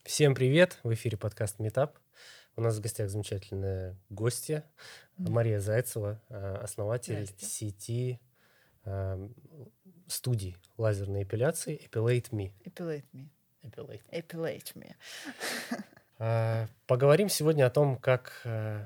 Всем привет! В эфире подкаст Meetup. У нас в гостях замечательная гостья Мария Зайцева, основатель Здрасте. сети студий лазерной эпиляции Epilate Me. Epilate me. Epilate. Epilate me. Поговорим сегодня о том, как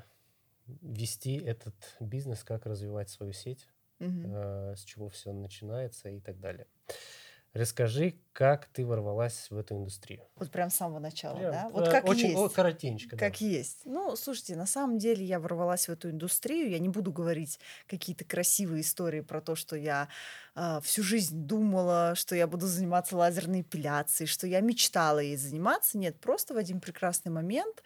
вести этот бизнес, как развивать свою сеть, с чего все начинается и так далее. Расскажи, как ты ворвалась в эту индустрию. Вот прям с самого начала, Прям, да? Вот как очень есть. коротенько, да. Как есть. Ну, слушайте, на самом деле я ворвалась в эту индустрию. Я не буду говорить какие-то красивые истории про то, что я всю жизнь думала, что я буду заниматься лазерной эпиляцией, что я мечтала ей заниматься. Нет, просто в один прекрасный момент,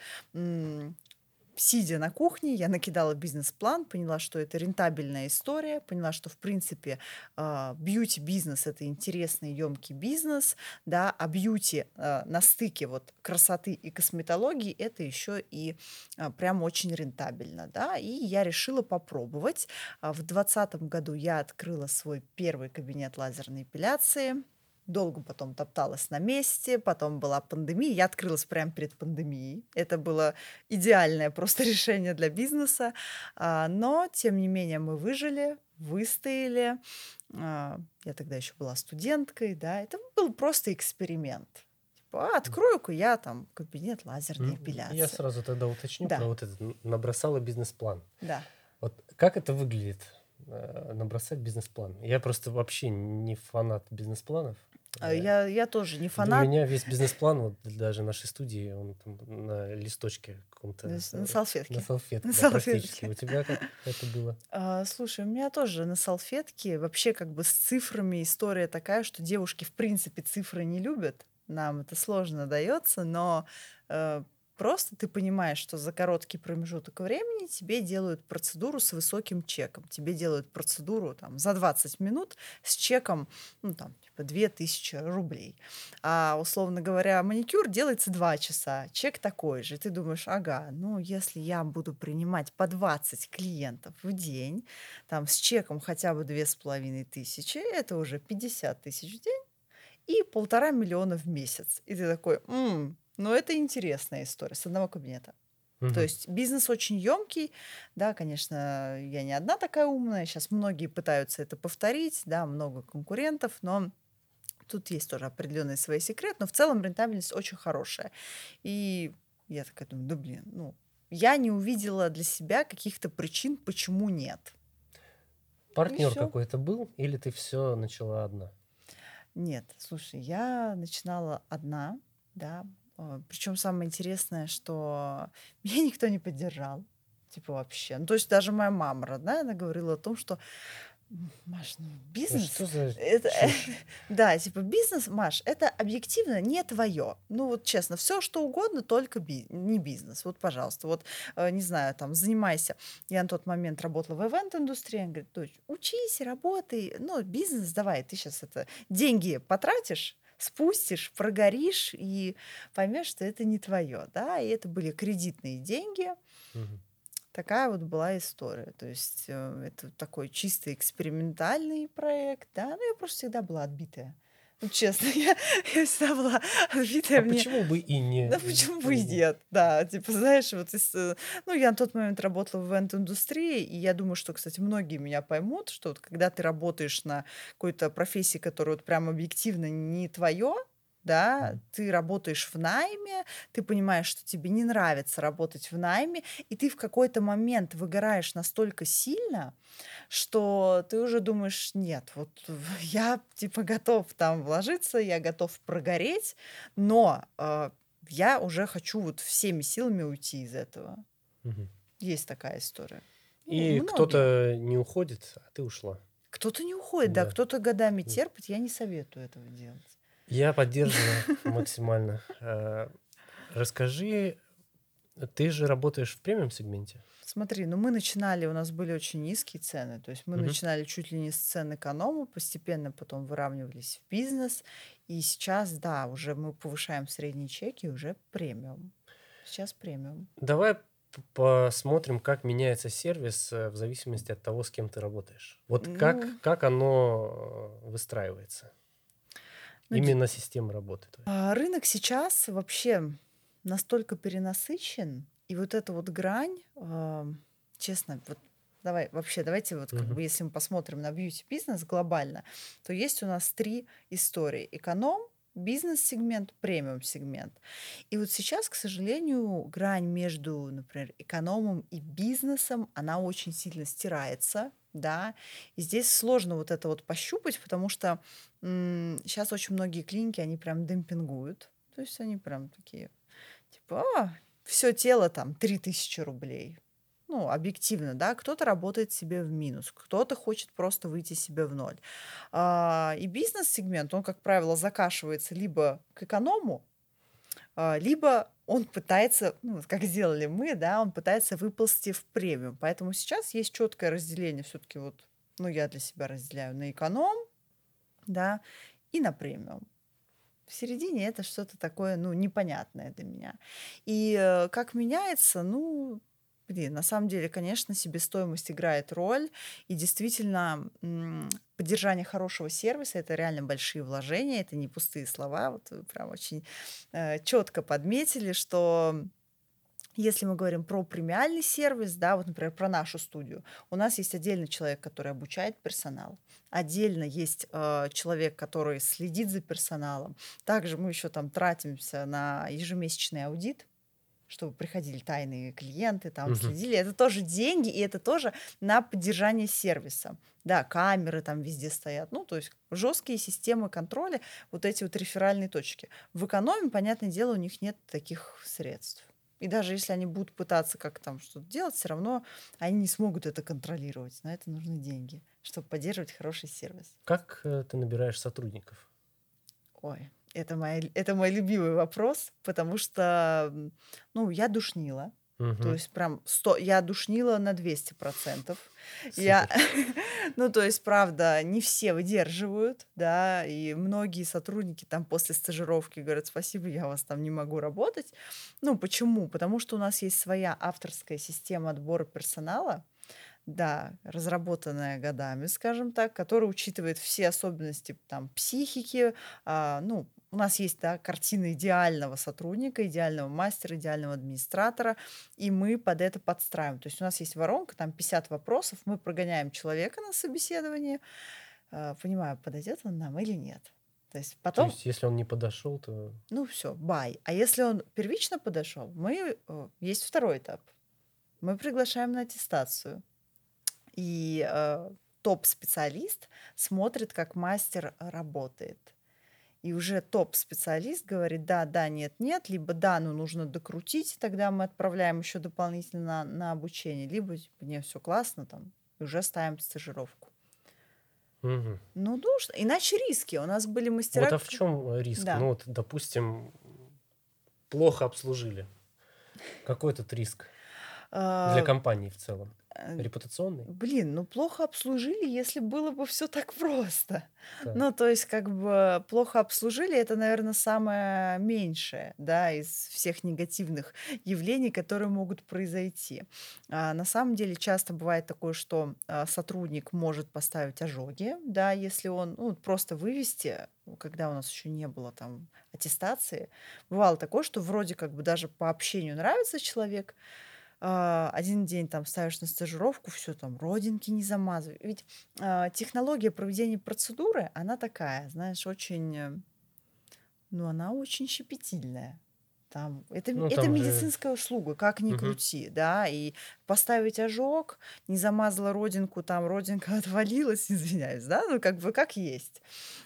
сидя на кухне, я накидала бизнес-план, поняла, что это рентабельная история, поняла, что, в принципе, бьюти-бизнес — это интересный, емкий бизнес, да, а бьюти на стыке вот красоты и косметологии — это еще и прям очень рентабельно, да, и я решила попробовать. В 2020 году я открыла свой первый кабинет лазерной эпиляции. Долго потом топталась на месте, потом была пандемия. Я открылась прямо перед пандемией. Это было идеальное просто решение для бизнеса. Но, тем не менее, мы выжили, выстояли. Я тогда еще была студенткой, да. Это был просто эксперимент. Типа, открою-ка я там кабинет лазерной эпиляции. Я сразу тогда уточню Да. про вот этот. Набросала бизнес-план. Да. Вот как это выглядит, набросать бизнес-план? Я просто вообще не фанат бизнес-планов. Я тоже не Для фанат. меня весь бизнес-план, вот даже нашей студии, он там на листочке каком-то. На салфетке. На салфетке, На да, практически. салфетке. У тебя как это было? Слушай, у меня тоже на салфетке вообще как бы с цифрами история такая, что девушки в принципе цифры не любят. Нам это сложно дается, но просто ты понимаешь, что за короткий промежуток времени тебе делают процедуру с высоким чеком. Тебе делают процедуру там за 20 минут с чеком, ну там, типа 2000 рублей. А, условно говоря, маникюр делается 2 часа, чек такой же. И ты думаешь, ага, ну если я буду принимать по 20 клиентов в день, там с чеком хотя бы 2500, это уже 50 тысяч в день и 1,5 миллиона в месяц. И ты такой, ну это интересная история с одного кабинета. То есть бизнес очень емкий, да, конечно, я не одна такая умная, сейчас многие пытаются это повторить, да, много конкурентов, но тут есть тоже определенный свой секрет, но в целом рентабельность очень хорошая. И я такая думаю, да блин, ну, я не увидела для себя каких-то причин, почему нет. Партнер всё. какой-то был или ты все начала одна? Нет, слушай, я начинала одна, да. Причем самое интересное, что меня никто не поддержал. Типа вообще. Ну, то есть даже моя мама родная, она говорила о том, что Маш, ну бизнес, Что за это, чушь? да, типа бизнес, Маш, это объективно не твое. Ну вот честно, все что угодно, только не бизнес. Вот, пожалуйста, вот, не знаю, там, занимайся. Я на тот момент работала в ивент-индустрии. Она говорит, дочь, учись, работай, ну, бизнес давай, ты сейчас это, деньги потратишь, спустишь, прогоришь и поймешь, что это не твое, да, и это были кредитные деньги. Такая вот была история. То есть это такой чисто экспериментальный проект, да. Ну, я просто всегда была отбитая. Ну, честно, я всегда была отбитая. А почему бы и не? Да почему бы и нет, да. Типа, знаешь, вот ну, я на тот момент работала в ивент-индустрии, и я думаю, что, кстати, многие меня поймут, что вот когда ты работаешь на какой-то профессии, которая вот прям объективно не твое, да, ты работаешь в найме, ты понимаешь, что тебе не нравится работать в найме, и ты в какой-то момент выгораешь настолько сильно, что ты уже думаешь, нет, вот я типа готов там вложиться, я готов прогореть, но я уже хочу вот всеми силами уйти из этого. Есть такая история. Ну, И многие. кто-то не уходит, а ты ушла. Кто-то не уходит, да, Да. кто-то годами терпит, я не советую этого делать. Я поддерживаю максимально. Расскажи, ты же работаешь в премиум-сегменте? Смотри, ну мы начинали, у нас были очень низкие цены, то есть мы начинали чуть ли не с цен эконома, постепенно потом выравнивались в бизнес, и сейчас, да, уже мы повышаем средние чеки, уже премиум. Сейчас премиум. Давай посмотрим, как меняется сервис в зависимости от того, с кем ты работаешь. Вот как оно выстраивается? Ну, Именно система работы твоей. Рынок сейчас вообще настолько перенасыщен, и вот эта вот грань, честно, вот давайте вот как бы, если мы посмотрим на бьюти-бизнес глобально, то есть у нас 3 истории: эконом, бизнес-сегмент, премиум-сегмент. И вот сейчас, к сожалению, грань между, например, экономом и бизнесом, она очень сильно стирается, да. И здесь сложно вот это вот пощупать, потому что, щас очень многие клиники, они прям демпингуют. То есть они прям такие, типа: все тело там 3000 рублей. Ну, объективно, да. Кто-то работает себе в минус, кто-то хочет просто выйти себе в ноль. И бизнес-сегмент, он, как правило, закашивается либо к эконому, либо он пытается, ну, вот как сделали мы, да, он пытается выползти в премиум. Поэтому сейчас есть четкое разделение все-таки вот, ну, я для себя разделяю на эконом, да, и на премиум. В середине это что-то такое, ну, непонятное для меня. И как меняется, ну, блин, на самом деле, конечно, себестоимость играет роль, и действительно поддержание хорошего сервиса — это реально большие вложения, это не пустые слова. Вот вы прям очень четко подметили, что если мы говорим про премиальный сервис, да, вот, например, про нашу студию, у нас есть отдельный человек, который обучает персонал, отдельно есть человек, который следит за персоналом. Также мы еще там тратимся на ежемесячный аудит, чтобы приходили тайные клиенты, там следили. Это тоже деньги, и это тоже на поддержание сервиса. Да, камеры там везде стоят. Ну, то есть жесткие системы контроля, вот эти вот реферальные точки. В экономе, понятное дело, у них нет таких средств. И даже если они будут пытаться как там что-то делать, все равно они не смогут это контролировать. На это нужны деньги, чтобы поддерживать хороший сервис. Как ты набираешь сотрудников? Ой, это мой любимый вопрос, потому что, ну, я душнила. То есть прям я душнила на 200%. Я, Супер. ну, то есть, правда, не все выдерживают, да, и многие сотрудники там после стажировки говорят: спасибо, я у вас там не могу работать. Ну, почему? Потому что у нас есть своя авторская система отбора персонала, да, разработанная годами, скажем так, которая учитывает все особенности там психики. Ну, у нас есть, да, картина идеального сотрудника, идеального мастера, идеального администратора, и мы под это подстраиваем. То есть у нас есть воронка, там 50 вопросов, мы прогоняем человека на собеседование, понимаю, подойдет он нам или нет. То есть То потом, есть, если он не подошел, то ну все, бай. А если он первично подошел, есть второй этап. Мы приглашаем на аттестацию. И топ-специалист смотрит, как мастер работает. И уже топ-специалист говорит: да, да, нет, нет, либо да, но нужно докрутить, тогда мы отправляем еще дополнительно на обучение, либо типа, не, все классно, там, и уже ставим стажировку. Мгм. Ну, нужно, иначе риски. У нас были мастера... Вот, а в чем риск? Да. Ну, вот, допустим, плохо обслужили. Какой тут риск для А, компании в целом? э, Репутационный? Блин, ну плохо обслужили, если было бы все так просто. Так. Ну, то есть, как бы плохо обслужили — это, наверное, самое меньшее, да, из всех негативных явлений, которые могут произойти. На самом деле часто бывает такое, что сотрудник может поставить ожоги, да, если он, ну, вот просто вывести, когда у нас еще не было там аттестации. Бывало такое, что вроде как бы даже по общению нравится человек, один день там ставишь на стажировку, все там, родинки не замазывай. Ведь технология проведения процедуры, она такая, знаешь, очень, ну, она очень щепетильная. Там, Ну, это там же... медицинская услуга, как ни Мгм. крути, да, и поставить ожог, не замазала родинку, там родинка отвалилась, извиняюсь, да, ну, как бы как есть.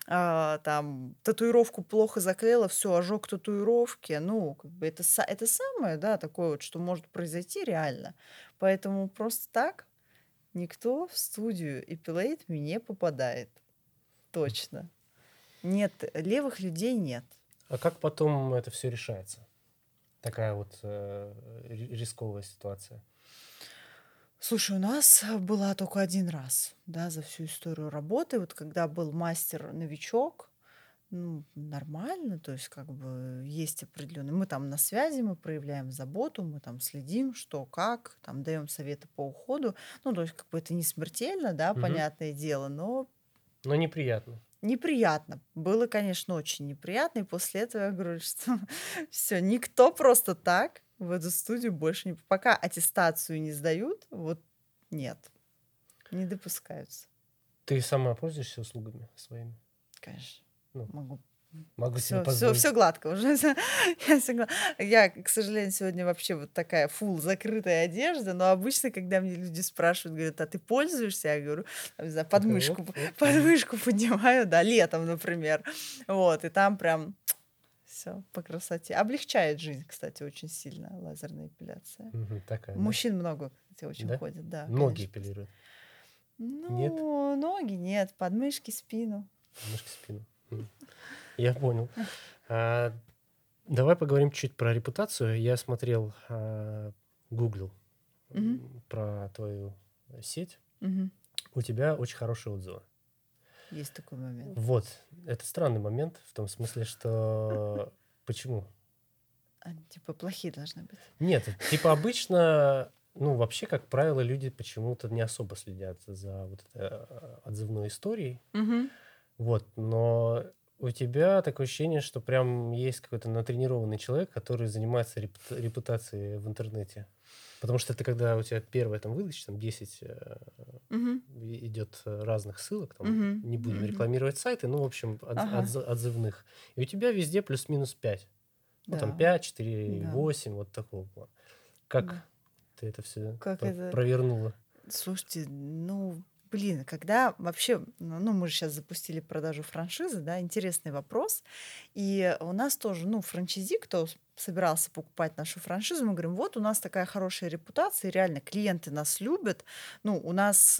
Там татуировку плохо заклеила, все, ожог татуировки, ну, как бы это самое, да, такое вот, что может произойти реально. Поэтому просто так никто в студию Epilate не попадает. Точно. Нет, левых людей нет. А как потом это все решается? Такая вот рисковая ситуация. Слушай, у нас была только один раз, да, за всю историю работы. Вот когда был мастер-новичок, ну, нормально, то есть как бы есть определенный... Мы там на связи, мы проявляем заботу, мы там следим, что, как, там даем советы по уходу. Ну, то есть как бы это не смертельно, да, Мгм. понятное дело, но Но неприятно. Неприятно. Было, конечно, очень неприятно. И после этого я говорю, что все, никто просто так в эту студию больше не... Пока аттестацию не сдают, вот нет, не допускаются. Ты сама пользуешься услугами своими? Конечно, Ну, могу. могу себе Все позволить. гладко уже. Я, к сожалению, сегодня вообще вот такая фул закрытая одежда, но обычно, когда мне люди спрашивают, говорят, а ты пользуешься? Я говорю, там, не знаю, Такая, подмышку, оп, оп. подмышку поднимаю, да, летом, например. Вот, и там прям все по красоте. Облегчает жизнь, кстати, очень сильно лазерная эпиляция. Мгм, такая, да? Мужчин много, кстати, очень Да? ходит, да, Ноги конечно. эпилируют. Нет? Ну, ноги нет, подмышки, спину. Немножко спину. Я понял. А, давай поговорим чуть про репутацию. Я смотрел, гуглил Мгм, про твою сеть. мгм. У тебя очень хорошие отзывы. Есть такой момент. Вот. Это странный момент в том смысле, что... Почему? Они типа плохие должны быть. Нет, типа обычно, ну, вообще, как правило, люди почему-то не особо следят за вот этой отзывной историей. Мгм. Вот, но у тебя такое ощущение, что прям есть какой-то натренированный человек, который занимается репутацией в интернете. Потому что это когда у тебя первая там выдача, там 10 Мгм. идет разных ссылок, там Мгм. не будем Мгм. рекламировать сайты, ну, в общем, Ага. отзывных. И у тебя везде плюс-минус 5. Ну, там Да. 5, 4, Да. 8, вот такого плана. Да. Как ты это все Как это? провернула? Слушайте, ну, блин, когда вообще, ну, мы же сейчас запустили продажу франшизы, да, интересный вопрос. И у нас тоже, ну, франчайзи, кто собирался покупать нашу франшизу, мы говорим, вот у нас такая хорошая репутация, и реально клиенты нас любят, ну, у нас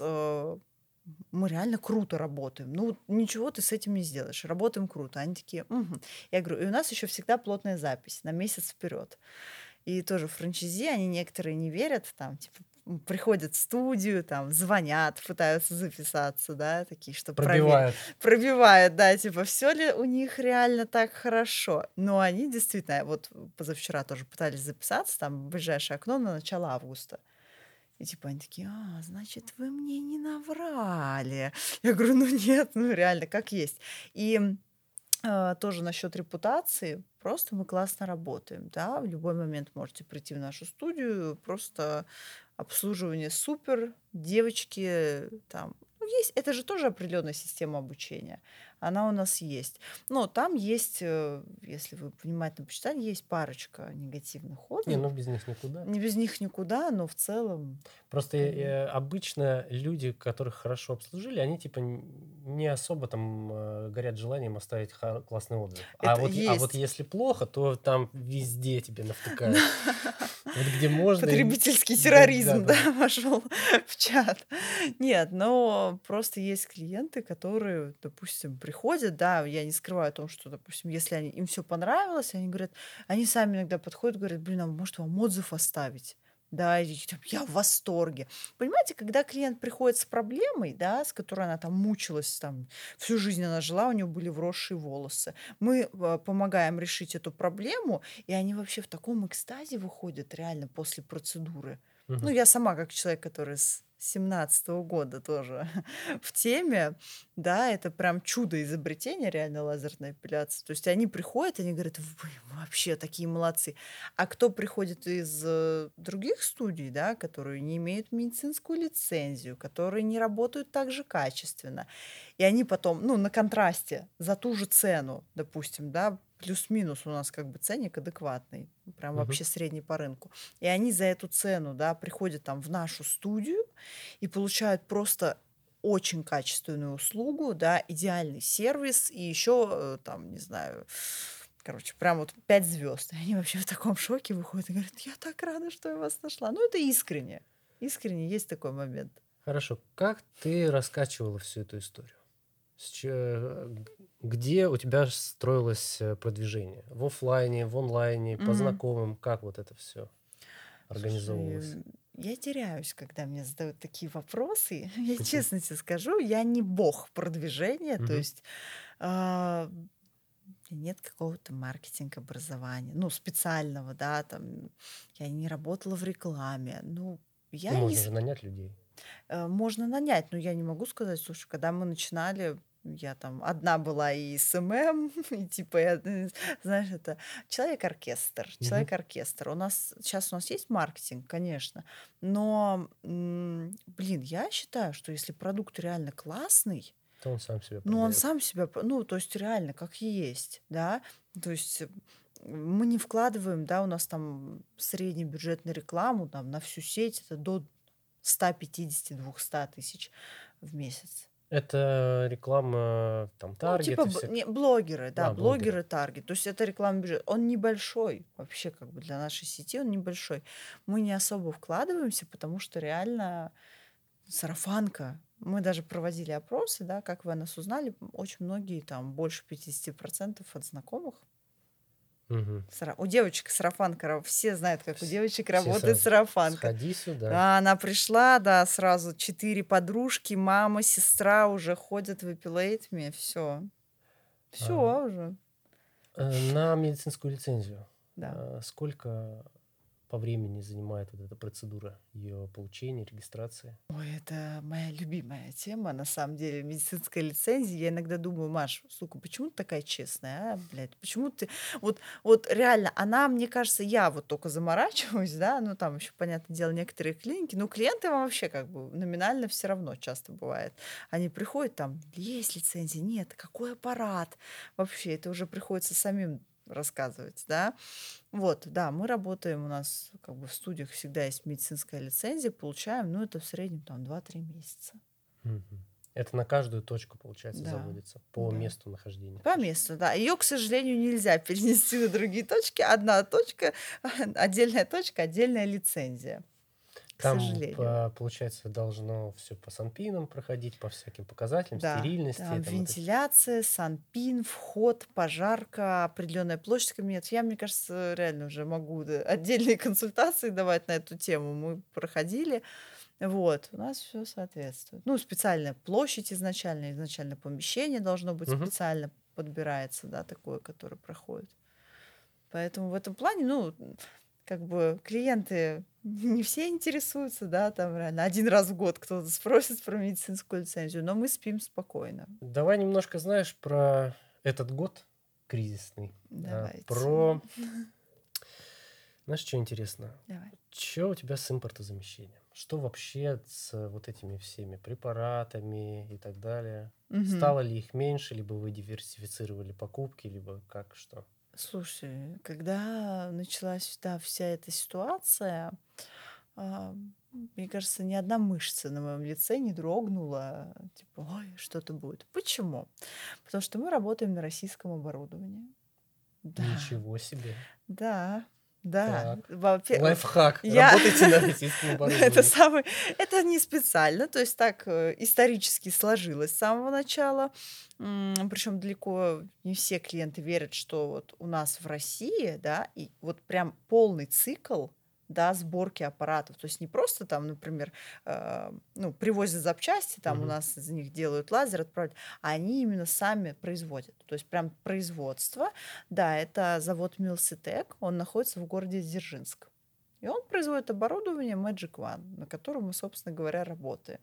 мы реально круто работаем. Ну, вот ничего ты с этим не сделаешь. Работаем круто. Они такие, «Мгм». Я говорю, и у нас еще всегда плотная запись на месяц вперед. И тоже франчайзи, они некоторые не верят, там, типа, приходят в студию, там, звонят, пытаются записаться, да, такие, чтобы проверить. Пробивают. Пробивают, да, типа, все ли у них реально так хорошо. Но они действительно, вот позавчера тоже пытались записаться, там, в ближайшее окно на начало августа. И типа они такие, значит, вы мне не наврали. Я говорю, ну нет, ну реально, как есть. И тоже насчет репутации. Просто мы классно работаем, да. В любой момент можете прийти в нашу студию. Просто обслуживание супер. Девочки там, ну, есть, это же тоже определенная система обучения. Она у нас есть. Но там есть, если вы внимательно почитали, есть парочка негативных Не, ну отзывов. без них никуда. Не без них никуда, но в целом Просто как бы, обычно люди, которых хорошо обслужили, они типа не особо там горят желанием оставить классный отзыв. это А вот есть. если плохо, то там везде тебе навтыкают. Вот где можно. Потребительский Да, да, терроризм, да, да, да. вошел в чат. Нет, но просто есть клиенты, которые, допустим, приходят, да, я не скрываю о том, что, допустим, если им все понравилось, они говорят, они сами иногда подходят, говорят, блин, а может вам отзыв оставить? Да, и там, я в восторге. Понимаете, когда клиент приходит с проблемой, да, с которой она там мучилась, там, всю жизнь она жила, у нее были вросшие волосы, мы помогаем решить эту проблему, и они вообще в таком экстазе выходят реально после процедуры. Ну, Мгм. я сама как человек, который с 17-го года тоже в теме, да, это прям чудо изобретения, реально лазерная эпиляция. То есть они приходят, они говорят, вы вообще такие молодцы. А кто приходит из других студий, да, которые не имеют медицинскую лицензию, которые не работают так же качественно, и они потом, ну, на контрасте за ту же цену, допустим, да, плюс-минус у нас как бы ценник адекватный, прям Мгм. вообще средний по рынку. И они за эту цену, да, приходят там в нашу студию и получают просто очень качественную услугу, да, идеальный сервис и еще там, не знаю, короче, прям вот 5 звезд. И они вообще в таком шоке выходят и говорят, я так рада, что я вас нашла. Ну, это искренне. Искренне есть такой момент. Хорошо. Как ты раскачивала всю эту историю? Где у тебя строилось продвижение? В оффлайне, в онлайне, по Мгм. знакомым? Как вот это все организовывалось? Слушай, я теряюсь, когда мне задают такие вопросы. Я честно тебе скажу, я не бог продвижения, то Мгм. есть у меня нет какого-то маркетинг-образования, ну, специального, да, там, я не работала в рекламе, ну, Ну, я не... можно же нанять людей. Можно нанять, но я не могу сказать, слушай, когда мы начинали, Я там одна была и СММ, и типа, я, знаешь, это человек-оркестр, Мгм. человек-оркестр. Сейчас у нас есть маркетинг, конечно, но, блин, я считаю, что если продукт реально классный, То он сам себя ну, он продает. сам себя, ну, то есть реально как есть, да, то есть мы не вкладываем, да, у нас там средний бюджет на рекламу, там, на всю сеть, это до 150-200 тысяч в месяц. Это реклама, там, Ну, типа таргет и все. блогеры, да, Блогеры. блогеры таргет. То есть это рекламный бюджет. Он небольшой вообще, как бы для нашей сети он небольшой. Мы не особо вкладываемся, потому что реально сарафанка. Мы даже проводили опросы, да, как вы о нас узнали. Очень многие, там, больше 50% от знакомых. Мгм. У девочек сарафанка, все знают, как у девочек Все работает сразу: сарафанка. "Сходи сюда". А она пришла, да, сразу 4 подружки, мама, сестра уже ходят в эпилейтме, все. А, Все уже. на медицинскую лицензию, Да. сколько по времени занимает вот эта процедура ее получения, регистрации? Ой, это моя любимая тема, на самом деле, медицинская лицензия. Я иногда думаю: "Маш, сука, почему ты такая честная, а, блядь? Почему ты?" Вот реально, она, мне кажется, я вот только заморачиваюсь, да, ну, там еще, понятное дело, некоторые клиники, но клиенты вообще как бы номинально все равно часто бывает. Они приходят там: "Есть лицензия? Нет. Какой аппарат?" Вообще, это уже приходится самим рассказывать, да. Вот, да, мы работаем, у нас как бы в студиях всегда есть медицинская лицензия, получаем, ну, это в среднем там 2-3 месяца. Мгм. Это на каждую точку, получается, Да, заводится по да. месту нахождения По точки. месту, да. Ее, к сожалению, нельзя перенести на другие точки. Одна точка, отдельная лицензия, к Там, сожалению. получается, должно все по санпинам проходить, по всяким показателям, Да, стерильности, там там это всё. вентиляция, санпин, вход, пожарка, определенная площадь кабинета. Я, мне кажется, реально уже могу отдельные консультации давать на эту тему. Мы проходили. Вот, у нас все соответствует. Ну, специальная площадь изначально помещение должно быть Мгм. специально подбирается, да, такое, которое проходит. Поэтому в этом плане, ну, как бы клиенты не все интересуются, да, там реально один раз в год кто-то спросит про медицинскую лицензию, но мы спим спокойно. Давай немножко, знаешь, про этот год кризисный, Давайте. про знаешь, что интересно? Давай. Что у тебя с импортозамещением? Что вообще с вот этими всеми препаратами и так далее? Мгм. Стало ли их меньше, либо вы диверсифицировали покупки, либо как, что? Слушай, когда началась, да, вся эта ситуация, а, мне кажется, ни одна мышца на моем лице не дрогнула, типа: "Ой, что-то будет". Почему? Потому что мы работаем на российском оборудовании. Да, Ничего себе. да, да. Так. Во-первых, Лайфхак. я Работайте на российском это оборудовании. самый это не специально, то есть так, исторически сложилось с самого начала. Причем далеко не все клиенты верят, что вот у нас в России, да, и вот прям полный цикл, да, сборки аппаратов. То есть не просто там, например, ну, привозят запчасти, там у Мгм. нас из них делают лазер, отправляют, а они именно сами производят. То есть прям производство. Да, это завод Милситек, он находится в городе Дзержинск. И он производит оборудование Magic One, на котором мы, собственно говоря, работаем.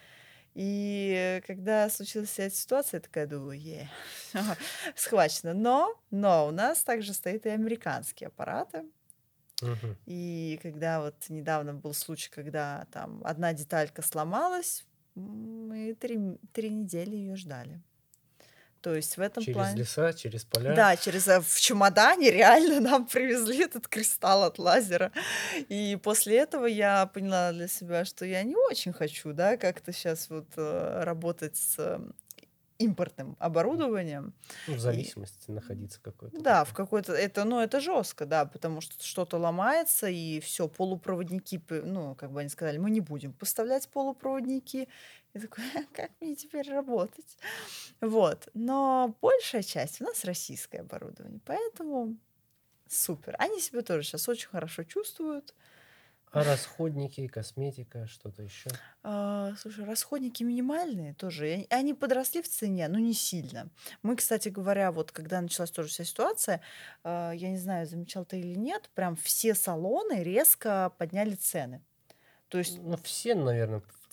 И когда случилась вся эта ситуация, я такая думаю: схвачено". Но у нас также стоят и американские аппараты. Мгм. И когда вот недавно был случай, когда там одна деталька сломалась, мы 3 недели ее ждали. То есть в этом Через плане. леса, через поля. Да, в чемодане реально нам привезли этот кристалл от лазера. И после этого я поняла для себя, что я не очень хочу, да, как-то сейчас вот, работать с, импортным оборудованием. В И зависимости находиться какой-то да, в такой. какой-то ну, это жестко, да, потому что что-то ломается, и все полупроводники, ну, как бы они сказали: "Мы не будем поставлять полупроводники". Я такой: "Как мне теперь работать?" Вот, но большая часть у нас российское оборудование, поэтому супер. Они себя тоже сейчас очень хорошо чувствуют. А расходники, косметика, что-то еще? Слушай, расходники минимальные тоже, и они подросли в цене, но не сильно. Мы, кстати говоря, вот когда началась тоже вся ситуация, я не знаю, замечал ты или нет, прям все салоны резко подняли цены. То есть Ну, все, наверное,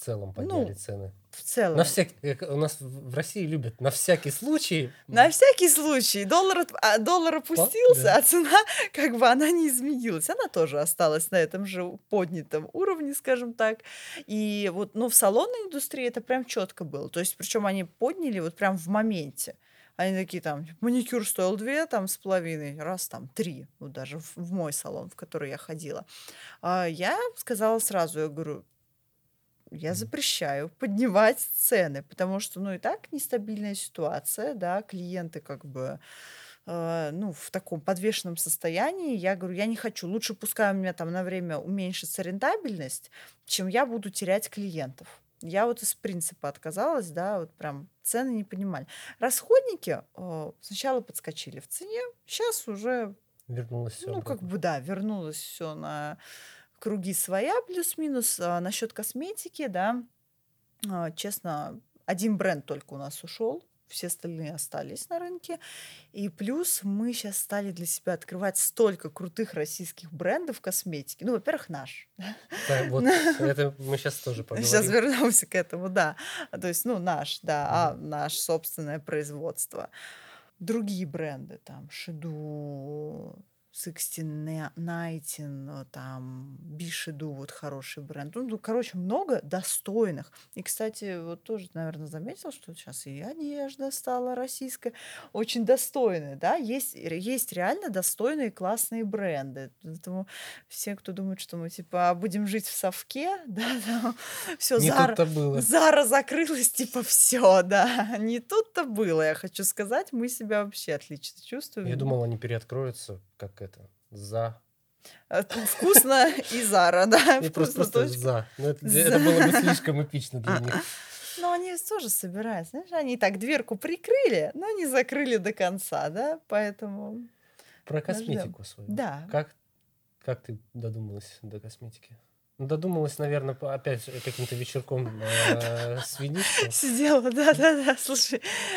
целом подняли Ну, цены? в На целом. всякий, у нас в России любят на всякий случай. На всякий случай доллар опустился, Да. а цена как бы она не изменилась. Она тоже осталась на этом же поднятом уровне, скажем так. И вот, ну, в салонной индустрии это прям четко было. То есть, причем они подняли вот прям в моменте. Они такие там, маникюр стоил 2, там, с половиной, раз там 3, вот даже в мой салон, в который я ходила. А я сказала сразу, я говорю, я запрещаю поднимать цены, потому что, ну, и так нестабильная ситуация, да, клиенты как бы, ну, в таком подвешенном состоянии. Я говорю, я не хочу, лучше пускай у меня там на время уменьшится рентабельность, чем я буду терять клиентов. Я вот из принципа отказалась, да, вот прям цены не поднимали. Расходники сначала подскочили в цене, сейчас уже, Вернулось все ну, как обратно. бы, да, вернулось все на круги своя плюс-минус. А насчет косметики, да, честно, один бренд только у нас ушел, все остальные остались на рынке. И плюс мы сейчас стали для себя открывать столько крутых российских брендов косметики. Ну, во-первых, наш. Да, вот это мы сейчас тоже Сейчас поговорим. вернемся к этому, да. То есть, ну, наш, да, Мгм. наше собственное производство. Другие бренды, там, Шиду, 1619, там, Бишиду, вот хороший бренд. Ну, короче, много достойных. И, кстати, вот тоже, наверное, заметил, что сейчас и одежда стала российская очень достойная, да, есть реально достойные классные бренды. Поэтому все, кто думает, что мы, типа, будем жить в совке, да, все, Не тут-то было. Зара закрылась, типа, все, да. Не тут-то было, я хочу сказать. Мы себя вообще отлично Я чувствуем. думал, они переоткроются, как это, за. Вкусно и Зара, да, И вкусно, просто точка. за. Но За это было бы слишком эпично для них. Но они тоже собираются, знаешь, они так дверку прикрыли, но не закрыли до конца, да, поэтому Про подождем. косметику свою. Да. Как ты додумалась до косметики? Ну, додумалась, наверное, опять каким-то вечерком с винишком. Сидела, да-да-да, слушай,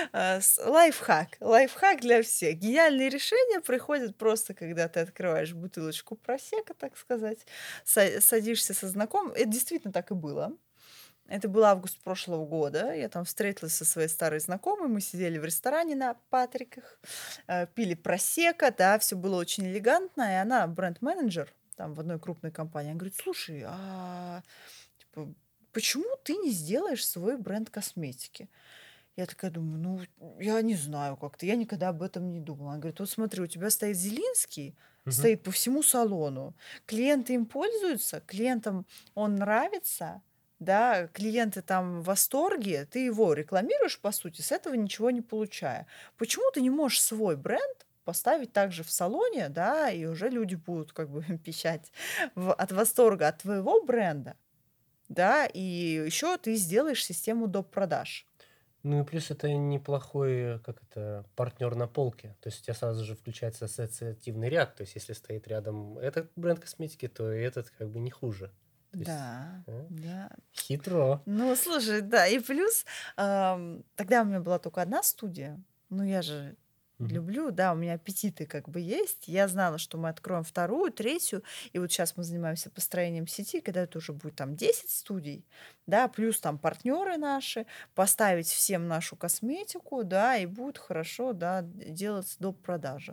лайфхак для всех. Гениальные решения приходят просто, когда ты открываешь бутылочку просекко, так сказать, садишься со знакомым. Это действительно так и было. Это был август прошлого года. Я там встретилась со своей старой знакомой. Мы сидели в ресторане на Патриках, пили просекко, да, все было очень элегантно. И она бренд-менеджер там в одной крупной компании. Она говорит, слушай, типа, почему ты не сделаешь свой бренд косметики? Я такая думаю, ну, я не знаю как-то, я никогда об этом не думала. Она говорит, вот смотри, у тебя стоит Зелинский, Мгм. стоит по всему салону. Клиенты им пользуются, клиентам он нравится, да, клиенты там в восторге, ты его рекламируешь, по сути, с этого ничего не получая. Почему ты не можешь свой бренд поставить также в салоне, да, и уже люди будут как бы пищать от восторга от твоего бренда, да, и еще ты сделаешь систему доп. Продаж. Ну и плюс это неплохой, как это, партнер на полке. То есть у тебя сразу же включается ассоциативный ряд. То есть если стоит рядом этот бренд косметики, то и этот как бы не хуже. То есть, Да, да. хитро. Ну, слушай, да, и плюс, тогда у меня была только одна студия. Ну, я же Мгм. люблю, да, у меня аппетиты как бы есть. Я знала, что мы откроем вторую, третью, и вот сейчас мы занимаемся построением сети, когда это уже будет там 10 студий, да, плюс там партнеры наши, поставить всем нашу косметику, да, и будет хорошо, да, делаться доп. Продажи.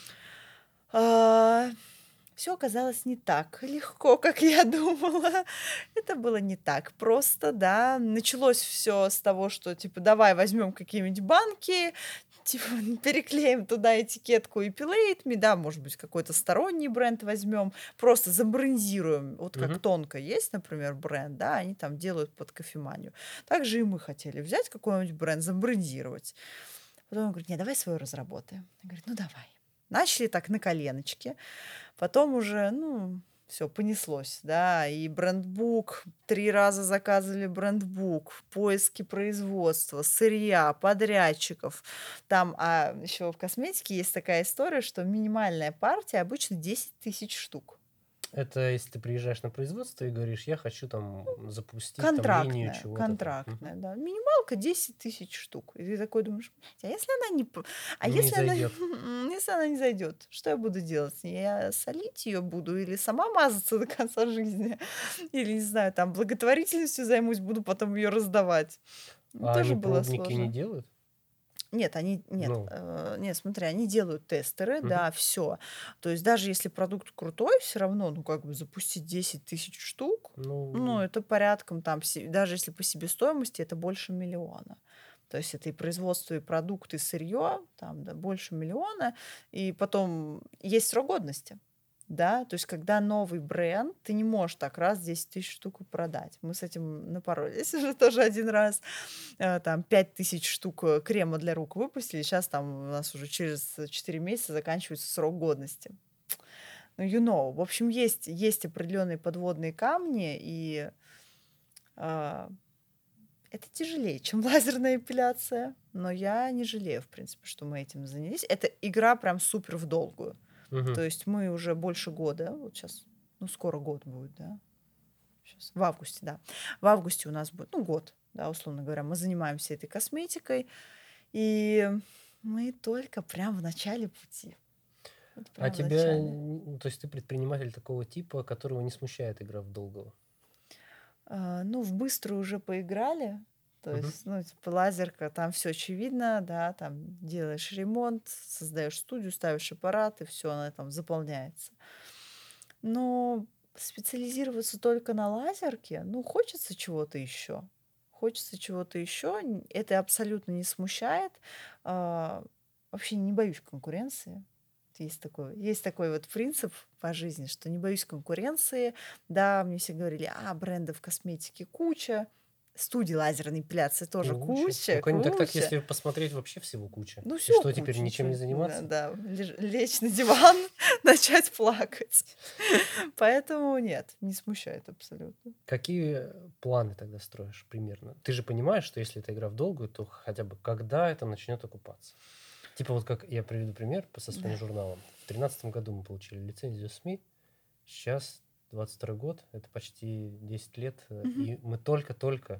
Все оказалось не так легко, как я думала. Это было не так просто, да. Началось все с того, что типа давай возьмем какие-нибудь банки, типа переклеим туда этикетку Epilate Me, да, может быть, какой-то сторонний бренд возьмем, просто забрендируем. Вот как Мгм. Тонко есть, например, бренд, да, они там делают под кофеманию. Также и мы хотели взять какой-нибудь бренд, забрендировать. Потом он говорит: "Не, давай свой разработаем". Я говорю: "Ну, давай". Начали так на коленочке. Потом уже, ну, все понеслось, да. И брендбук, 3 раза заказывали брендбук, поиски производства, сырья, подрядчиков. Там, еще в косметике есть такая история, что минимальная партия обычно 10 000 штук. Это если ты приезжаешь на производство и говоришь, я хочу там запустить там линию чего-то там. Контрактная, да. Минималка 10 тысяч штук. И ты такой думаешь, а если она не... А Не если она... зайдет. если она не зайдет, что я буду делать? Я солить ее буду или сама мазаться до конца жизни? Или, не знаю, там, благотворительностью займусь, буду потом ее раздавать. А Тоже они было пробники не сложно. делают? Нет, Ну, нет, смотри, они делают тестеры, мгм. да, все. То есть даже если продукт крутой, все равно, ну, как бы запустить 10 тысяч штук, ну, Ну, это порядком там, даже если по себестоимости, это больше миллиона. То есть это и производство, и продукт, и сырье, там, да, больше миллиона. И потом есть срок годности. Да, то есть когда новый бренд, ты не можешь так раз 10 тысяч штук продать. Мы с этим напоролись уже тоже один раз. Там 5000 штук крема для рук выпустили. Сейчас там у нас уже через 4 месяца заканчивается срок годности. Ну, you know. В общем, есть определенные подводные камни, и а, это тяжелее, чем лазерная эпиляция. Но я не жалею, в принципе, что мы этим занялись. Это игра прям супер в долгую. мгм. То есть мы уже больше года, вот сейчас, ну, скоро год будет, да? Сейчас, в августе, да. В августе у нас будет, ну, год, да, условно говоря. Мы занимаемся этой косметикой, и мы только прям в начале пути. Вот А прям в тебя, начале. то есть ты предприниматель такого типа, которого не смущает игра в долгую? Ну, в быструю уже поиграли. То Мгм. есть, ну, типа лазерка, там все очевидно, да, там делаешь ремонт, создаешь студию, ставишь аппараты, все, она там заполняется. Но специализироваться только на лазерке, ну, хочется чего-то еще. Хочется чего-то еще. Это абсолютно не смущает. А, Вообще не боюсь конкуренции. Есть такой вот принцип по жизни, что не боюсь конкуренции. Да, мне все говорили, брендов косметики куча, студий лазерной эпиляции тоже Куча. Ну, куча, так куча. если посмотреть, вообще всего куча. Ну, И все что, теперь куча, ничем ничего, не заниматься? да, лечь на диван, начать плакать. Поэтому нет, не смущает абсолютно. Какие планы тогда строишь примерно? Ты же понимаешь, что если это игра в долгую, то хотя бы когда это начнет окупаться? Типа вот как я приведу пример со своим Да. журналом. В 2013 году мы получили лицензию СМИ. Сейчас 22 год, это почти 10 лет. Мгм. И мы только-только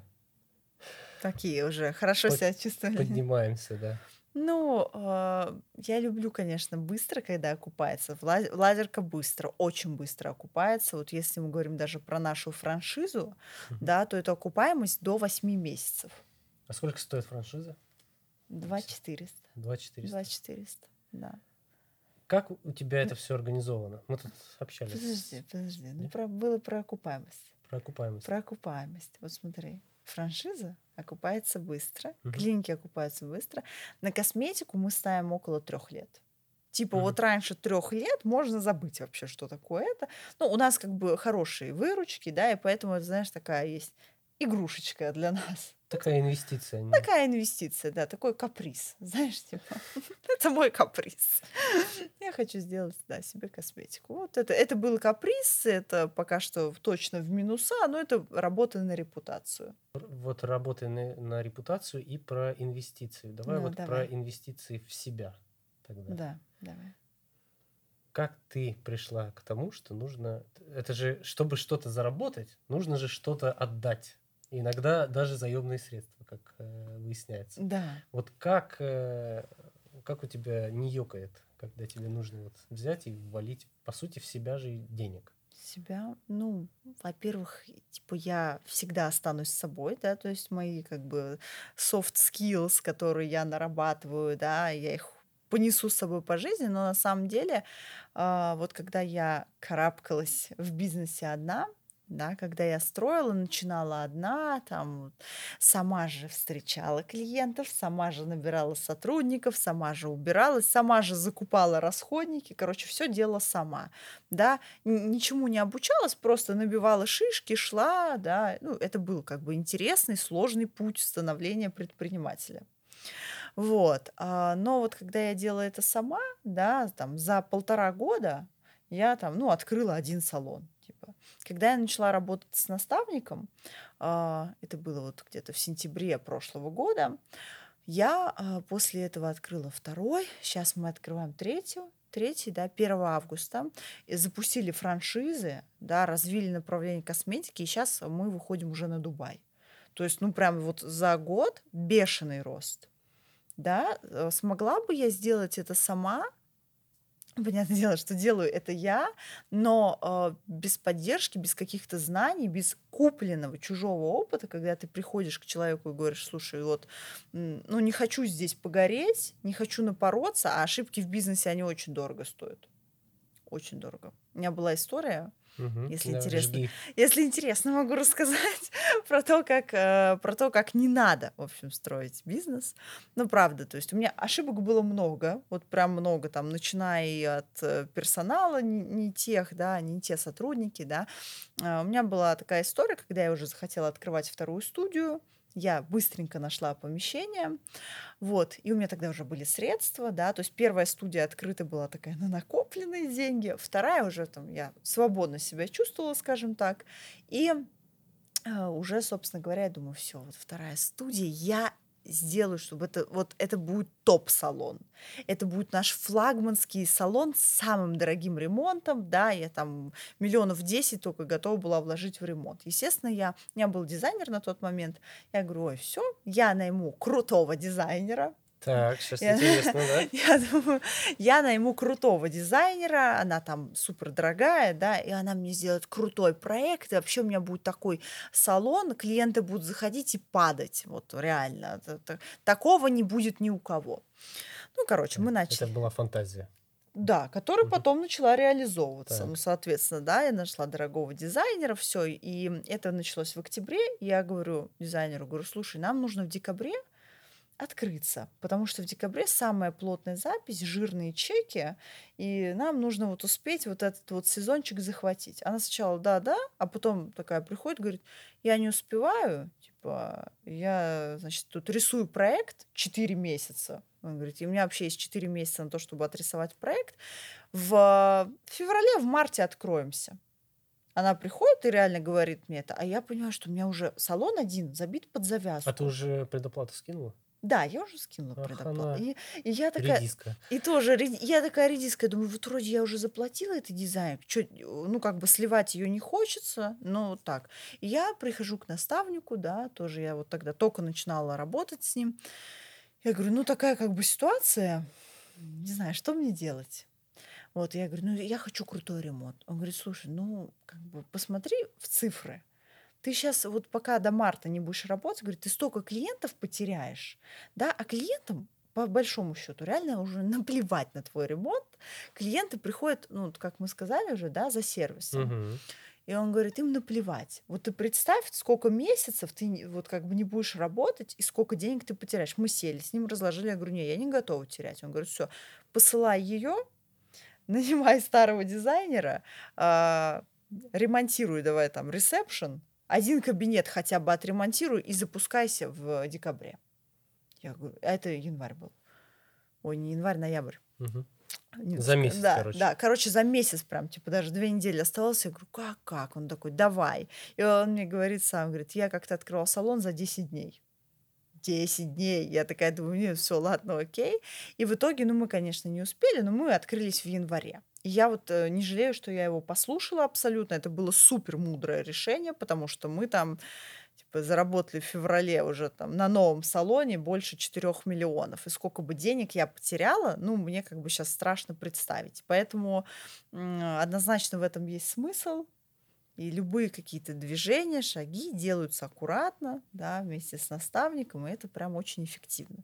Такие уже хорошо под- себя чувствовали. поднимаемся, да. Ну, я люблю, конечно, быстро, когда окупается. Лазерка быстро, очень быстро окупается. Вот если мы говорим даже про нашу франшизу, Мгм. да, то это окупаемость до 8 месяцев. А сколько стоит франшиза? 2400. 2400. 2400, да. Как у тебя это все организовано? Мы тут общались Подожди. Ну, Нет? было про окупаемость. Про окупаемость. Про окупаемость. Вот смотри, франшиза окупается быстро, Мгм. клиники окупаются быстро. На косметику мы ставим около 3 лет. Типа Мгм. вот раньше 3 лет можно забыть вообще, что такое это. Ну, у нас как бы хорошие выручки, да, и поэтому, это, знаешь, такая есть игрушечка для нас. Такая инвестиция. Такая инвестиция, да, такой каприз. Знаешь, типа, это мой каприз. Я хочу сделать, да, себе косметику. Вот это был каприз, это пока что точно в минуса, но это работа на репутацию. Вот работай на репутацию и про инвестиции. Давай Ну, вот про давай. инвестиции в себя тогда. Да, давай. Как ты пришла к тому, что нужно... Это же, чтобы что-то заработать, нужно же что-то отдать. Иногда даже заемные средства, как выясняется. Да. Вот как у тебя не ёкает, когда тебе нужно вот взять и ввалить, по сути, в себя же денег? Себя, ну, во-первых, типа я всегда останусь собой, да, то есть мои как бы soft skills, которые я нарабатываю, да, я их понесу с собой по жизни, но на самом деле вот когда я карабкалась в бизнесе одна, да, когда я строила, начинала одна, там вот сама же встречала клиентов, сама же набирала сотрудников, сама же убиралась, сама же закупала расходники, короче, все делала сама, да, ничему не обучалась, просто набивала шишки, шла, да. Ну, это был как бы интересный, сложный путь становления предпринимателя. Вот. Но вот когда я делала это сама, да, там за 1,5 года я там, ну, открыла один салон. Типа. Когда я начала работать с наставником, это было вот где-то в сентябре прошлого года, я после этого открыла второй, сейчас мы открываем третий, да, 1 августа, и запустили франшизы, да, развили направление косметики, и сейчас мы выходим уже на Дубай. То есть, ну, прям вот за год бешеный рост. Да, смогла бы я сделать это сама? Понятное дело, что делаю это я, но без поддержки, без каких-то знаний, без купленного чужого опыта, когда ты приходишь к человеку и говоришь, слушай, вот, ну, не хочу здесь погореть, не хочу напороться, а ошибки в бизнесе, они очень дорого стоят. Очень дорого. У меня была история, если Да, интересно. жги. Если интересно, могу рассказать про то, как не надо, в общем, строить бизнес. Ну, правда, то есть у меня ошибок было много, вот прям много, там, начиная и от персонала не тех, да, не те сотрудники, да. У меня была такая история, когда я уже захотела открывать вторую студию, я быстренько нашла помещение, вот, и у меня тогда уже были средства, да, то есть первая студия открыта была такая на накопленные деньги, вторая уже там я свободно себя чувствовала, скажем так, и уже, собственно говоря, я думаю, все, вот вторая студия, я сделаю, чтобы это вот это будет топ-салон. Это будет наш флагманский салон с самым дорогим ремонтом, да, я там 10 только готова была вложить в ремонт. Естественно, у меня был дизайнер на тот момент, я говорю, ой, все, я найму крутого дизайнера, Так, сейчас я интересно, да? я думаю, я найму крутого дизайнера, она там супер дорогая, да, и она мне сделает крутой проект, и вообще у меня будет такой салон, клиенты будут заходить и падать, вот реально. Такого не будет ни у кого. Ну, короче, мы Это начали. была фантазия. Да, который Мгм. потом начала реализовываться. Ну, Так. соответственно, да, я нашла дорогого дизайнера, все, и это началось в октябре. Я говорю дизайнеру, говорю, слушай, нам нужно в декабре открыться, потому что в декабре самая плотная запись, жирные чеки, и нам нужно вот успеть вот этот вот сезончик захватить. Она сначала да-да, а потом такая приходит, говорит, я не успеваю, типа, я, значит, тут рисую проект 4 месяца. Он говорит, и у меня вообще есть 4 месяца на то, чтобы отрисовать проект. В феврале, в марте откроемся. Она приходит и реально говорит мне это, а я понимаю, что у меня уже салон один забит под А ты завязку. уже предоплату скинула? Да, я уже скинула Ах, предоплату. она И я такая, редиска. и тоже, я такая редиска, думаю, вот вроде я уже заплатила этот дизайн, ну, как бы сливать ее не хочется, но вот так. И я прихожу к наставнику, да, тоже я вот тогда только начинала работать с ним. Я говорю, ну, такая как бы ситуация, не знаю, что мне делать? Вот, я говорю, ну, я хочу крутой ремонт. Он говорит, слушай, ну, как бы посмотри в цифры. Ты сейчас вот пока до марта не будешь работать, говорит, ты столько клиентов потеряешь, да, а клиентам по большому счету реально уже наплевать на твой ремонт. Клиенты приходят, ну, вот как мы сказали уже, да, за сервисом. Мгм. И он говорит, им наплевать. Вот ты представь, сколько месяцев ты вот как бы не будешь работать и сколько денег ты потеряешь. Мы сели, с ним разложили. Я говорю, не, я не готова терять. Он говорит, все, посылай ее, нанимай старого дизайнера, ремонтируй давай там ресепшн, один кабинет хотя бы отремонтируй и запускайся в декабре. Я говорю, а это январь был. Ой, не январь, ноябрь. Мгм. За Немножко. месяц, Да, короче. да, короче, за месяц прям, типа даже 2 недели оставался. Я говорю, как? Он такой, давай. И он мне говорит сам, говорит, я как-то открывал салон за 10 дней. 10 дней. Я такая думаю, нет, все, ладно, окей. И в итоге, ну, мы, конечно, не успели, но мы открылись в январе. И я вот не жалею, что я его послушала абсолютно. Это было супер мудрое решение, потому что мы там типа заработали в феврале уже там на новом салоне больше 4 миллионов. И сколько бы денег я потеряла, ну, мне как бы сейчас страшно представить. Поэтому однозначно в этом есть смысл. И любые какие-то движения, шаги делаются аккуратно, да, вместе с наставником, и это прям очень эффективно.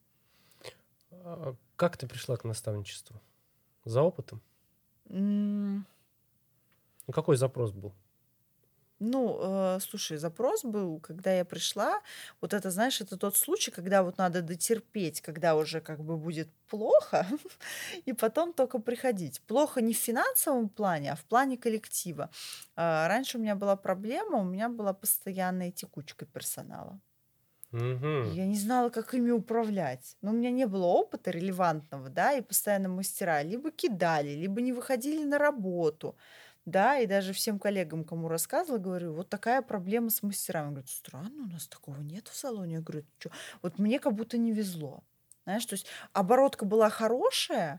Как ты пришла к наставничеству? За опытом? М, Ну, какой запрос был? Ну, слушай, запрос был, когда я пришла, вот это, знаешь, это тот случай, когда вот надо дотерпеть, когда уже как бы будет плохо, и потом только приходить. Плохо не в финансовом плане, а в плане коллектива. Раньше у меня была проблема, у меня была постоянная текучка персонала. Мгм. Я не знала, как ими управлять. Но у меня не было опыта релевантного, да, и постоянно мастера либо кидали, либо не выходили на работу, да, и даже всем коллегам, кому рассказывала, говорю, вот такая проблема с мастерами. Говорят, странно, у нас такого нет в салоне. Я говорю, чё? Вот мне как будто не везло. Знаешь, то есть оборотка была хорошая,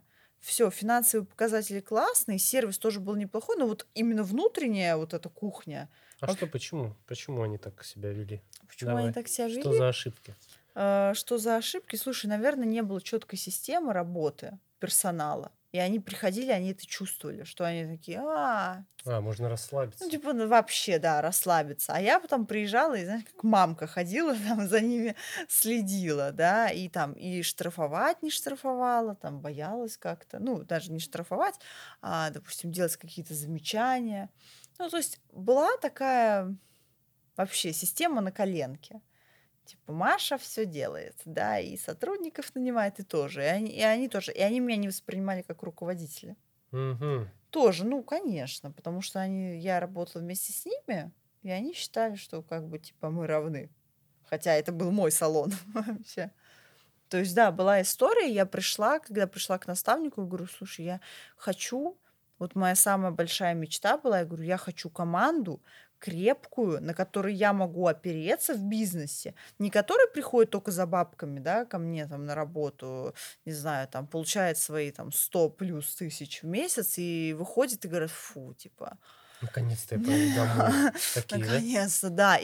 все, финансовые показатели классные, сервис тоже был неплохой, но вот именно внутренняя вот эта кухня. А что, почему? Почему они так себя вели? Почему они Давай. так себя Что вели? за ошибки? Что за ошибки? Слушай, наверное, не было четкой системы работы персонала. И они приходили, они это чувствовали, что они такие, Можно расслабиться. типа, вообще, да, расслабиться. А я потом приезжала и, знаешь, как мамка ходила, там за ними следила, да, и там и штрафовать не штрафовала, там боялась как-то, ну, даже не штрафовать, а, допустим, делать какие-то замечания. Ну, то есть была такая вообще система на коленке. Типа Маша все делает, да, и сотрудников нанимает, и тоже. И они тоже. И они меня не воспринимали как руководителя. Угу. Тоже, ну, конечно, потому что я работала вместе с ними, и они считали, что как бы типа мы равны. Хотя это был мой салон вообще. То есть, да, была история, когда пришла к наставнику, говорю, слушай, я хочу, вот моя самая большая мечта была, я говорю, я хочу команду крепкую, на которой я могу опереться в бизнесе, не которая приходит только за бабками, да, ко мне там на работу, не знаю, там, получает свои там 100 плюс тысяч в месяц и выходит и говорит, фу, типа, Наконец-то я пойду домой. Такие, да? наконец-то, да,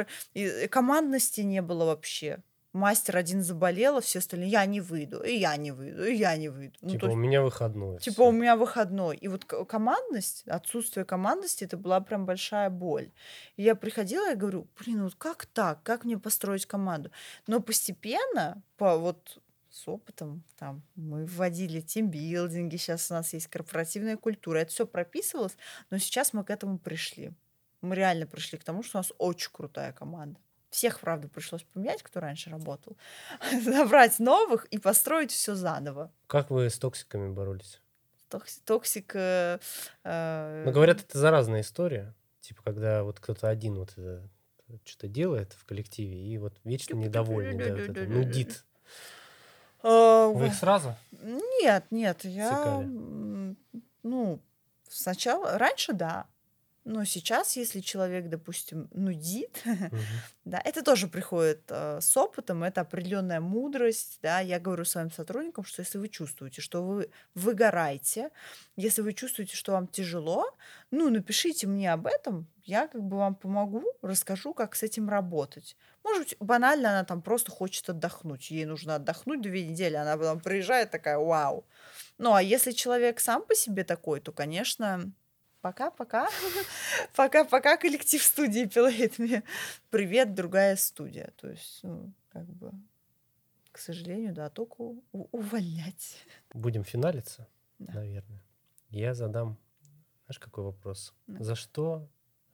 и командности не было вообще. Мастер один заболел, а все остальные: "Я не выйду, и я не выйду, и я не выйду". Ну, то Типа у есть, меня выходной. типа, у Все. меня выходной. И вот командность, отсутствие командности — это была прям большая боль. И я приходила и говорю: "Блин, вот как так? Как мне построить команду?" Но постепенно, вот с опытом, там, мы вводили тимбилдинги, сейчас у нас есть корпоративная культура. Это все прописывалось, но сейчас мы к этому пришли. Мы реально пришли к тому, что у нас очень крутая команда. Всех, правда, пришлось поменять, кто раньше работал, набрать новых и построить все заново. Как вы с токсиками боролись? Токсик, Ну, говорят, это заразная история. Типа, когда вот кто-то один вот это что-то делает в коллективе и вот вечно недовольный, да, вот это нудит. Вы их сразу Нет, я, цикали? ну, раньше да, но сейчас, если человек, допустим, нудит, Мгм. да, это тоже приходит с опытом, это определенная мудрость, да. Я говорю своим сотрудникам, что если вы чувствуете, что вы выгораете, если вы чувствуете, что вам тяжело, ну, напишите мне об этом, я как бы вам помогу, расскажу, как с этим работать. Может быть, банально она там просто хочет отдохнуть, ей нужно отдохнуть 2 недели, она потом приезжает такая, вау. Ну, а если человек сам по себе такой, то, конечно, пока-пока. Пока-пока, коллектив студии Пилоид. Привет, другая студия. То есть, ну, как бы, к сожалению, да, только увольнять. Будем финалиться, Да. наверное. Я задам, знаешь, какой вопрос? Да. За что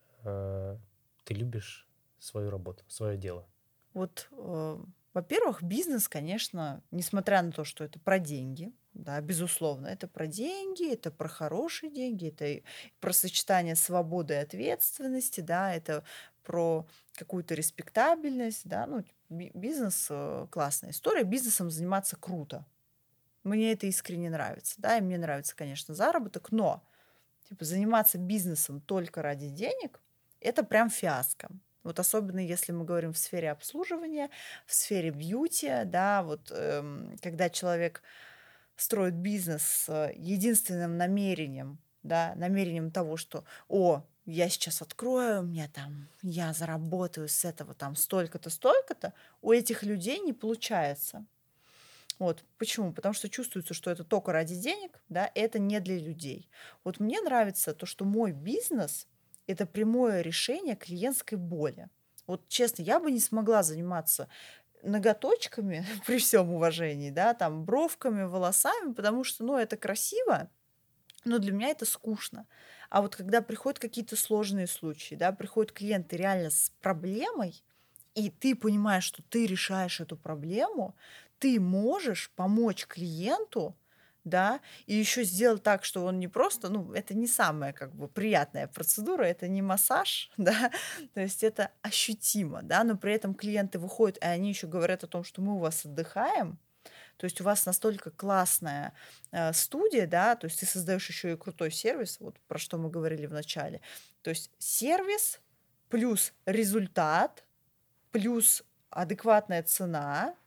ты любишь свою работу, свое дело? Вот, во-первых, бизнес, конечно, несмотря на то, что это про деньги, да, безусловно, это про деньги, это про хорошие деньги, это и про сочетание свободы и ответственности, да, это про какую-то респектабельность, да, ну, бизнес классная история, бизнесом заниматься круто. Мне это искренне нравится, да, и мне нравится, конечно, заработок, но типа заниматься бизнесом только ради денег — это прям фиаско. Вот особенно если мы говорим в сфере обслуживания, в сфере бьюти, да, вот когда человек строит бизнес с единственным намерением, да, намерением того, что, я сейчас открою, я заработаю с этого там столько-то, столько-то, у этих людей не получается. Вот почему? Потому что чувствуется, что это только ради денег, да, это не для людей. Вот мне нравится то, что мой бизнес — это прямое решение клиентской боли. Вот честно, я бы не смогла заниматься ноготочками при всем уважении, да, там бровками, волосами, потому что, ну, это красиво, но для меня это скучно. А вот когда приходят какие-то сложные случаи, да, приходят клиенты реально с проблемой, и ты понимаешь, что ты решаешь эту проблему, ты можешь помочь клиенту, да, и еще сделать так, что он не просто, ну, это не самая как бы приятная процедура, это не массаж, да, то есть это ощутимо, да, но при этом клиенты выходят, и они еще говорят о том, что мы у вас отдыхаем, то есть у вас настолько классная студия, да, то есть ты создаешь еще и крутой сервис, вот про что мы говорили в начале. То есть сервис плюс результат плюс адекватная цена,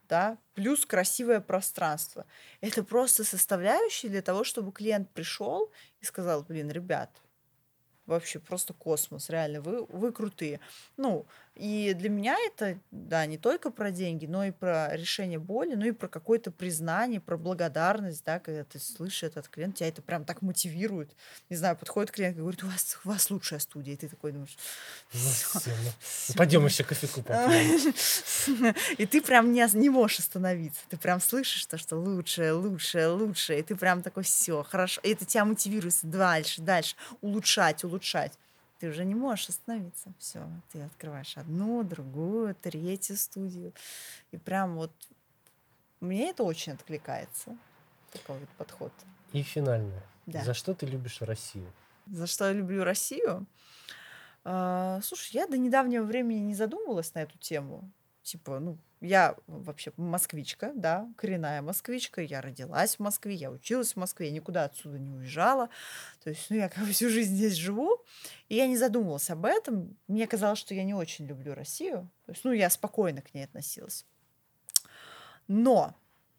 да, плюс красивое пространство. Это просто составляющие для того, чтобы клиент пришел и сказал, блин, ребят, вообще просто космос, реально, вы крутые. Ну, и для меня это, да, не только про деньги, но и про решение боли, ну и про какое-то признание, про благодарность, да, когда ты слышишь этот клиент, тебя это прям так мотивирует. Не знаю, подходит клиент и говорит, у вас лучшая студия, и ты такой думаешь, Ну все, все, ну пойдем еще кофейку попьем. и ты прям не можешь остановиться. Ты прям слышишь то, что лучшее, лучшее, лучшее. И ты прям такой, все, хорошо. И это тебя мотивирует дальше, дальше. Улучшать, улучшать. Ты уже не можешь остановиться. Все, ты открываешь одну, другую, третью студию. И прям вот мне это очень откликается. Такой вот подход. И финальное. Да. За что ты любишь Россию? За что я люблю Россию? Слушай, я до недавнего времени не задумывалась на эту тему. Типа, ну, я вообще москвичка, да, коренная москвичка. Я родилась в Москве, я училась в Москве, я никуда отсюда не уезжала. То есть, ну, я как бы всю жизнь здесь живу. И я не задумывалась об этом. Мне казалось, что я не очень люблю Россию. То есть, ну, я спокойно к ней относилась. Но,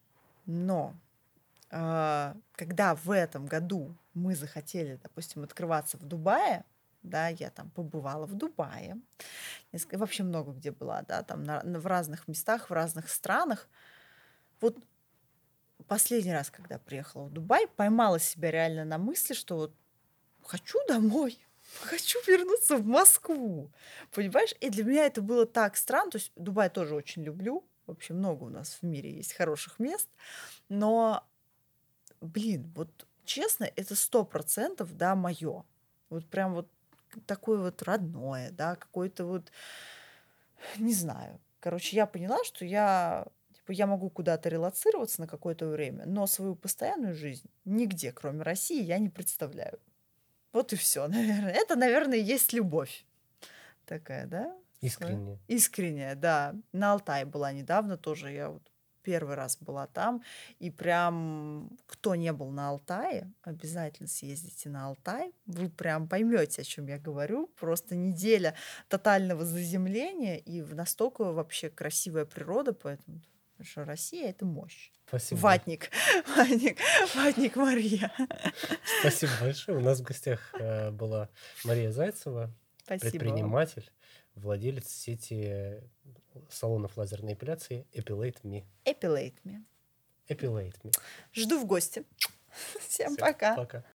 когда в этом году мы захотели, допустим, открываться в Дубае, да, я там побывала в Дубае, вообще много где была, да, там в разных местах, в разных странах. Вот последний раз, когда приехала в Дубай, поймала себя реально на мысли, что вот хочу домой, хочу вернуться в Москву, понимаешь? И для меня это было так странно, то есть Дубай тоже очень люблю, вообще много у нас в мире есть хороших мест, но, блин, вот честно, это 100%, да, мое. Вот прям вот такое вот родное, да, какое-то вот, не знаю. Короче, я поняла, что я могу куда-то релоцироваться на какое-то время, но свою постоянную жизнь нигде, кроме России, я не представляю. Вот и все, наверное. Это, наверное, и есть любовь такая, да? Искренне. Искренняя, да. На Алтае была недавно тоже. Я вот первый раз была там. И прям, кто не был на Алтае, обязательно съездите на Алтай. Вы прям поймете, о чем я говорю. Просто неделя тотального заземления и настолько вообще красивая природа, поэтому что Россия — это мощь. Спасибо. Ватник Мария. Спасибо большое. У нас в гостях была Мария Зайцева, Спасибо. предприниматель, владелец сети салонов лазерной эпиляции Epilate Me. Epilate Me. Epilate Me. Жду в гости. Всем Всё, пока. Пока.